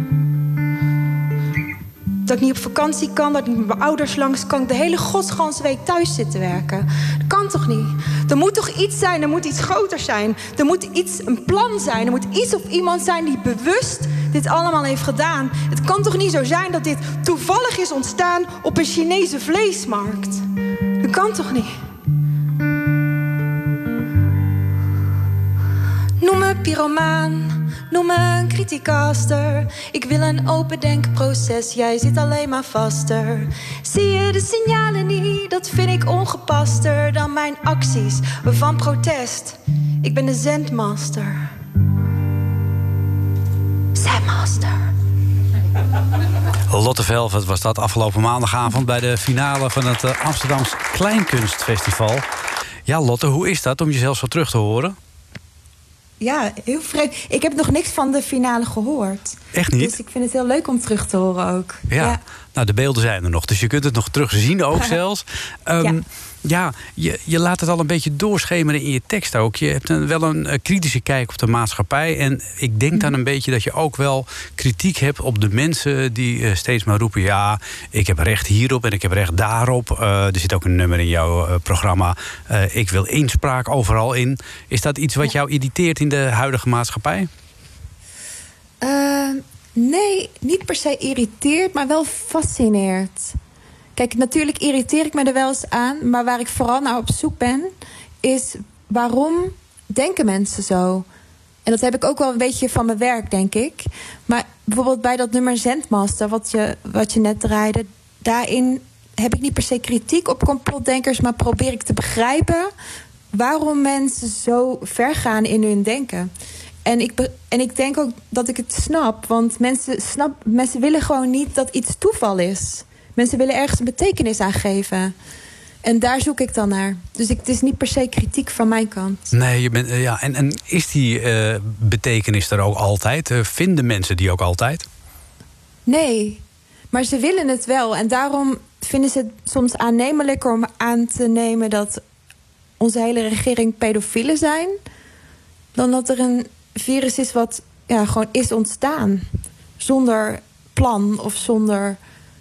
dat ik niet op vakantie kan, dat ik niet met mijn ouders langs kan, ik de hele godsganse week thuis zit te werken. Dat kan toch niet? Er moet toch iets zijn, er moet iets groter zijn. Er moet iets, een plan zijn. Er moet iets of iemand zijn die bewust dit allemaal heeft gedaan. Het kan toch niet zo zijn dat dit toevallig is ontstaan op een Chinese vleesmarkt? Dat kan toch niet? Noem me pyromaan, noem me een criticaster. Ik wil een open denkproces, jij zit alleen maar vaster. Zie je de signalen niet, dat vind ik ongepaster dan mijn acties van protest. Ik ben de zendmaster. Zendmaster. Lotte Velvet was dat afgelopen maandagavond bij de finale van het Amsterdams Kleinkunstfestival. Ja, Lotte, hoe is dat om jezelf zo terug te horen? Ja, heel vreemd. Ik heb nog niks van de finale gehoord. Echt niet? Dus ik vind het heel leuk om terug te horen ook. Ja. Nou, de beelden zijn er nog, dus je kunt het nog terugzien ook zelfs. Ja, je laat het al een beetje doorschemeren in je tekst ook. Je hebt wel een kritische kijk op de maatschappij. En ik denk dan een beetje dat je ook wel kritiek hebt op de mensen die steeds maar roepen, ja, ik heb recht hierop en ik heb recht daarop. Er zit ook een nummer in jouw programma. Ik wil inspraak overal in. Is dat iets wat jou irriteert in de huidige maatschappij? Nee, niet per se irriteert, maar wel fascineert. Kijk, natuurlijk irriteer ik me er wel eens aan, maar waar ik vooral naar op zoek ben, is waarom denken mensen zo? En dat heb ik ook wel een beetje van mijn werk, denk ik. Maar bijvoorbeeld bij dat nummer Zendmaster, wat je net draaide, daarin heb ik niet per se kritiek op complotdenkers, maar probeer ik te begrijpen waarom mensen zo ver gaan in hun denken. En ik denk ook dat ik het snap, want mensen willen gewoon niet dat iets toeval is. Mensen willen ergens een betekenis aan geven. En daar zoek ik dan naar. Dus het is niet per se kritiek van mijn kant. Nee, en is die betekenis er ook altijd? Vinden mensen die ook altijd? Nee, maar ze willen het wel. En daarom vinden ze het soms aannemelijker om aan te nemen dat onze hele regering pedofielen zijn, dan dat er een virus is wat gewoon is ontstaan. Zonder plan of zonder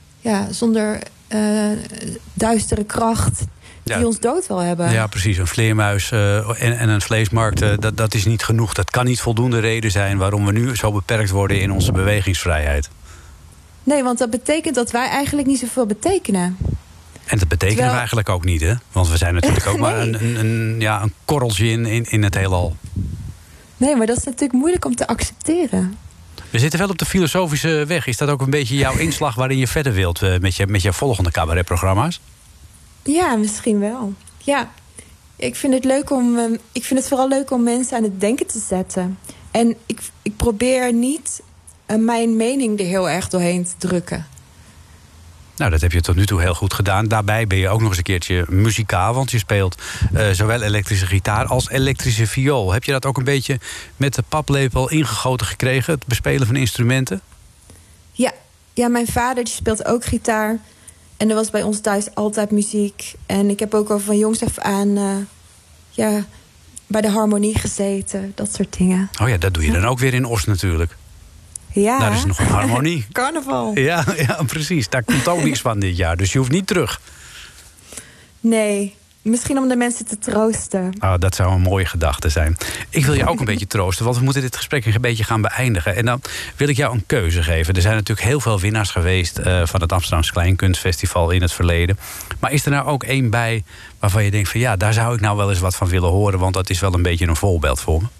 duistere kracht die ons dood wil hebben. Ja, precies. Een vleermuis en een vleesmarkt, dat is niet genoeg. Dat kan niet voldoende reden zijn waarom we nu zo beperkt worden in onze bewegingsvrijheid. Nee, want dat betekent dat wij eigenlijk niet zoveel betekenen. En dat betekenen we eigenlijk ook niet, hè? Want we zijn natuurlijk ook maar een korreltje in het heelal. Nee, maar dat is natuurlijk moeilijk om te accepteren. We zitten wel op de filosofische weg. Is dat ook een beetje jouw inslag waarin je verder wilt met je volgende cabaretprogramma's? Ja, misschien wel. Ja, ik vind het vooral leuk om mensen aan het denken te zetten. En ik probeer niet mijn mening er heel erg doorheen te drukken. Nou, dat heb je tot nu toe heel goed gedaan. Daarbij ben je ook nog eens een keertje muzikaal, want je speelt zowel elektrische gitaar als elektrische viool. Heb je dat ook een beetje met de paplepel ingegoten gekregen, het bespelen van instrumenten? Ja, mijn vader die speelt ook gitaar. En er was bij ons thuis altijd muziek. En ik heb ook al van jongs af aan bij de harmonie gezeten. Dat soort dingen. Oh ja, dat doe je dan ook weer in Os natuurlijk. Ja. Nou, dat is nog een harmonie. Carnaval. Ja, precies. Daar komt ook niks van dit jaar. Dus je hoeft niet terug. Nee, misschien om de mensen te troosten. Dat zou een mooie gedachte zijn. Ik wil je ook een beetje troosten, want we moeten dit gesprek een beetje gaan beëindigen. En dan wil ik jou een keuze geven. Er zijn natuurlijk heel veel winnaars geweest van het Amsterdamse Kleinkunstfestival in het verleden. Maar is er nou ook één bij waarvan je denkt van ja, daar zou ik nou wel eens wat van willen horen, want dat is wel een beetje een voorbeeld voor me?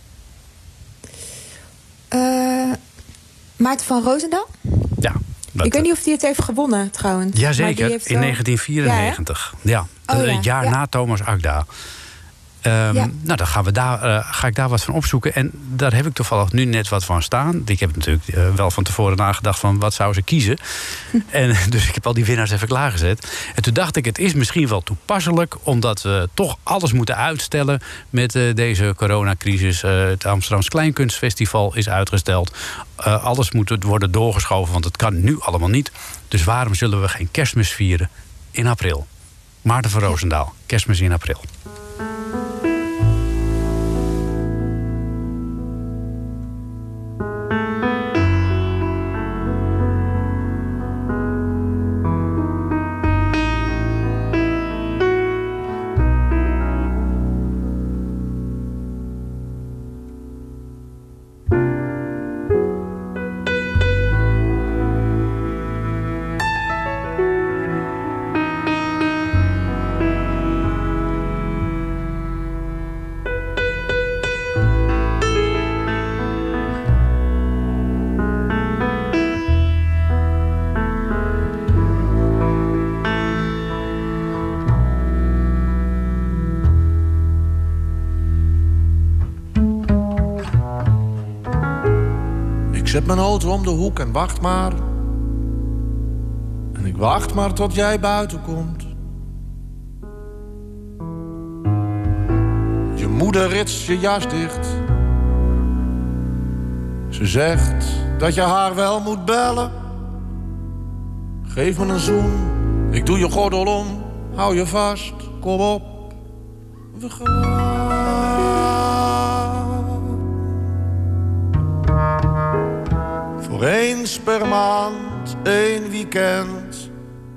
Maarten van Roosendaal? Ja. Ik weet niet of hij het heeft gewonnen, trouwens. Jazeker, in 1994. Het jaar na Thomas Akda. Nou, dan ga ik daar wat van opzoeken. En daar heb ik toevallig nu net wat van staan. Ik heb natuurlijk wel van tevoren nagedacht van wat zou ze kiezen. En dus ik heb al die winnaars even klaargezet. En toen dacht ik, het is misschien wel toepasselijk, omdat we toch alles moeten uitstellen met deze coronacrisis. Het Amsterdamse Kleinkunstfestival is uitgesteld. Alles moet worden doorgeschoven, want het kan nu allemaal niet. Dus waarom zullen we geen Kerstmis vieren in april? Maarten van Roosendaal, Kerstmis in april. Zet mijn auto om de hoek en wacht maar. En ik wacht maar tot jij buiten komt. Je moeder ritst je jas dicht. Ze zegt dat je haar wel moet bellen. Geef me een zoen, ik doe je gordel om. Hou je vast, kom op. We gaan. Voor eens per maand, 1 weekend.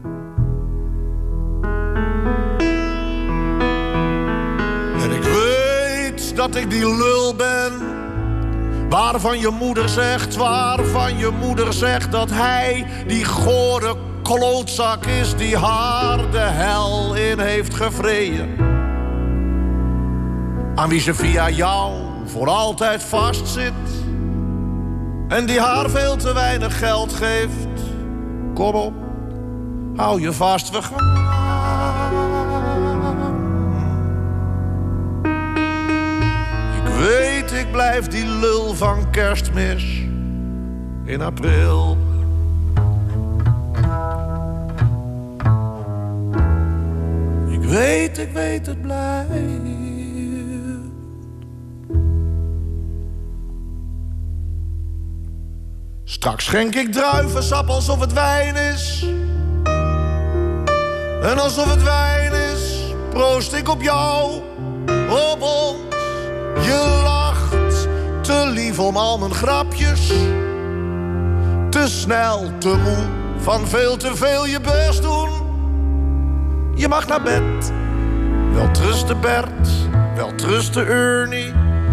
En ik weet dat ik die lul ben. Waarvan je moeder zegt dat hij die gore klootzak is die haar de hel in heeft gevreden. Aan wie ze via jou voor altijd vastzit. En die haar veel te weinig geld geeft. Kom op, hou je vast, we gaan. Ik weet, ik blijf die lul van Kerstmis in april. Ik weet, het blijft. Straks schenk ik druivensap alsof het wijn is. En alsof het wijn is, proost ik op jou, op ons. Je lacht te lief om al mijn grapjes. Te snel, te moe, van veel te veel je best doen. Je mag naar bed. Wel trusten Bert, wel trusten Ernie.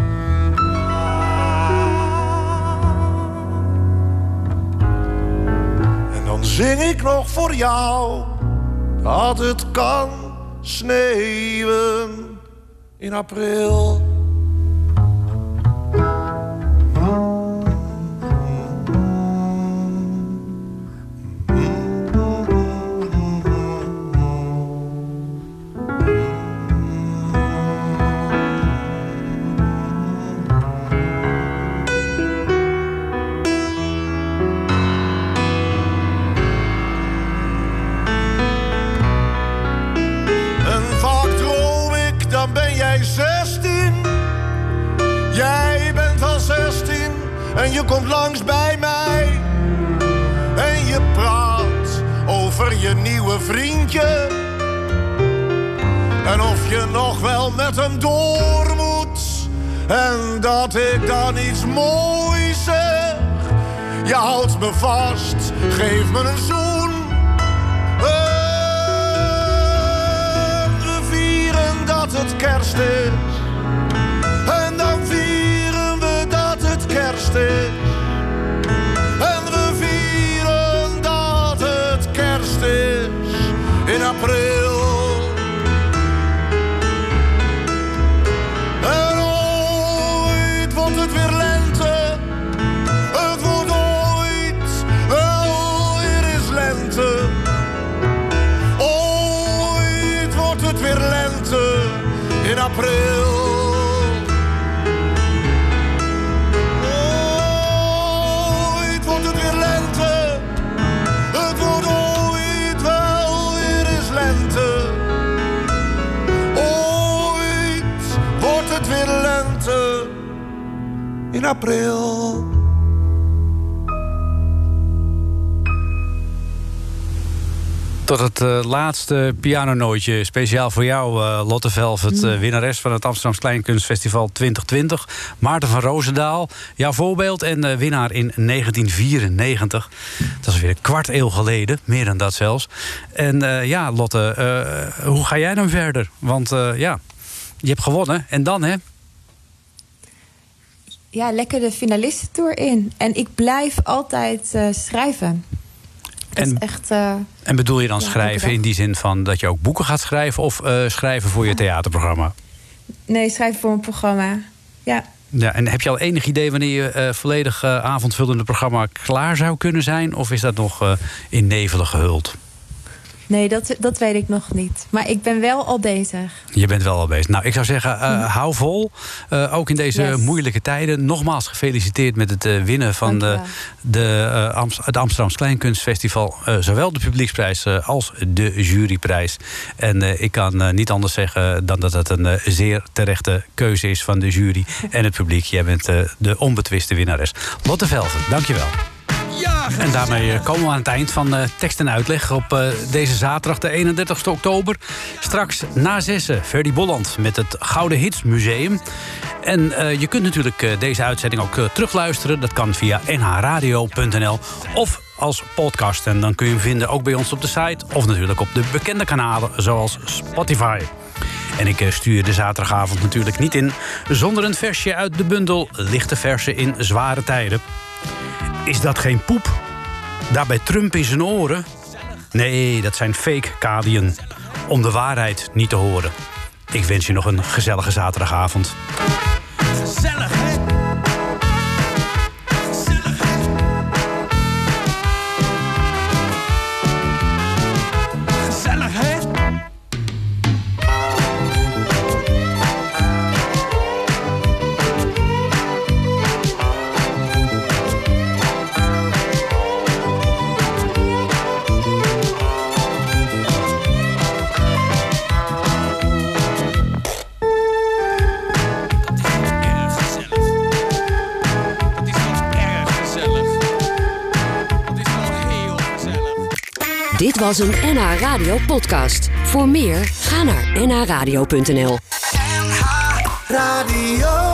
Dan zing ik nog voor jou dat het kan sneeuwen in april. En je komt langs bij mij. En je praat over je nieuwe vriendje. En of je nog wel met hem door moet. En dat ik dan iets moois zeg. Je houdt me vast, geef me een zoen. En we vieren dat het kerst is. En dan vieren we dat het kerst is. En we vieren dat het kerst is in april. En ooit wordt het weer lente. Het wordt ooit wel weer eens lente. Ooit wordt het weer lente in april. In april. Tot het laatste pianonootje, speciaal voor jou, Lotte Velvet, winnares van het Amsterdams Kleinkunstfestival 2020. Maarten van Roosendaal, jouw voorbeeld en winnaar in 1994. Dat is weer een kwart eeuw geleden, meer dan dat zelfs. En ja, Lotte, hoe ga jij nou verder? Want ja, je hebt gewonnen en dan, hè? Ja, lekker de finalistentour in. En ik blijf altijd schrijven. Dat is echt, en bedoel je dan schrijven in die zin van dat je ook boeken gaat schrijven... of schrijven voor je theaterprogramma? Nee, schrijven voor een programma, ja. Ja, en heb je al enig idee wanneer je volledig avondvullende programma klaar zou kunnen zijn? Of is dat nog in nevelen gehuld? Nee, dat weet ik nog niet. Maar ik ben wel al bezig. Je bent wel al bezig. Nou, ik zou zeggen, hou vol. Ook in deze moeilijke tijden. Nogmaals gefeliciteerd met het winnen van het Amsterdams Kleinkunstfestival. Zowel de publieksprijs als de juryprijs. En ik kan niet anders zeggen dan dat het een zeer terechte keuze is van de jury en het publiek. Jij bent de onbetwiste winnares. Lotte Velvet, dankjewel. Ja, en daarmee komen we aan het eind van tekst en uitleg op deze zaterdag, de 31 oktober. Straks na 6:00 Ferdy Bolland met het Gouden Hits Museum. En je kunt natuurlijk deze uitzending ook terugluisteren. Dat kan via nhradio.nl of als podcast. En dan kun je hem vinden ook bij ons op de site of natuurlijk op de bekende kanalen zoals Spotify. En ik stuur de zaterdagavond natuurlijk niet in zonder een versje uit de bundel Lichte Versen in Zware Tijden. Is dat geen poep? Daarbij Trump in zijn oren? Nee, dat zijn fake kadien. Om de waarheid niet te horen. Ik wens je nog een gezellige zaterdagavond. Gezellig, hè? Gezellig, hè? Gezellig, hè? Dit was een NH Radio podcast. Voor meer, ga naar nhradio.nl. NH Radio.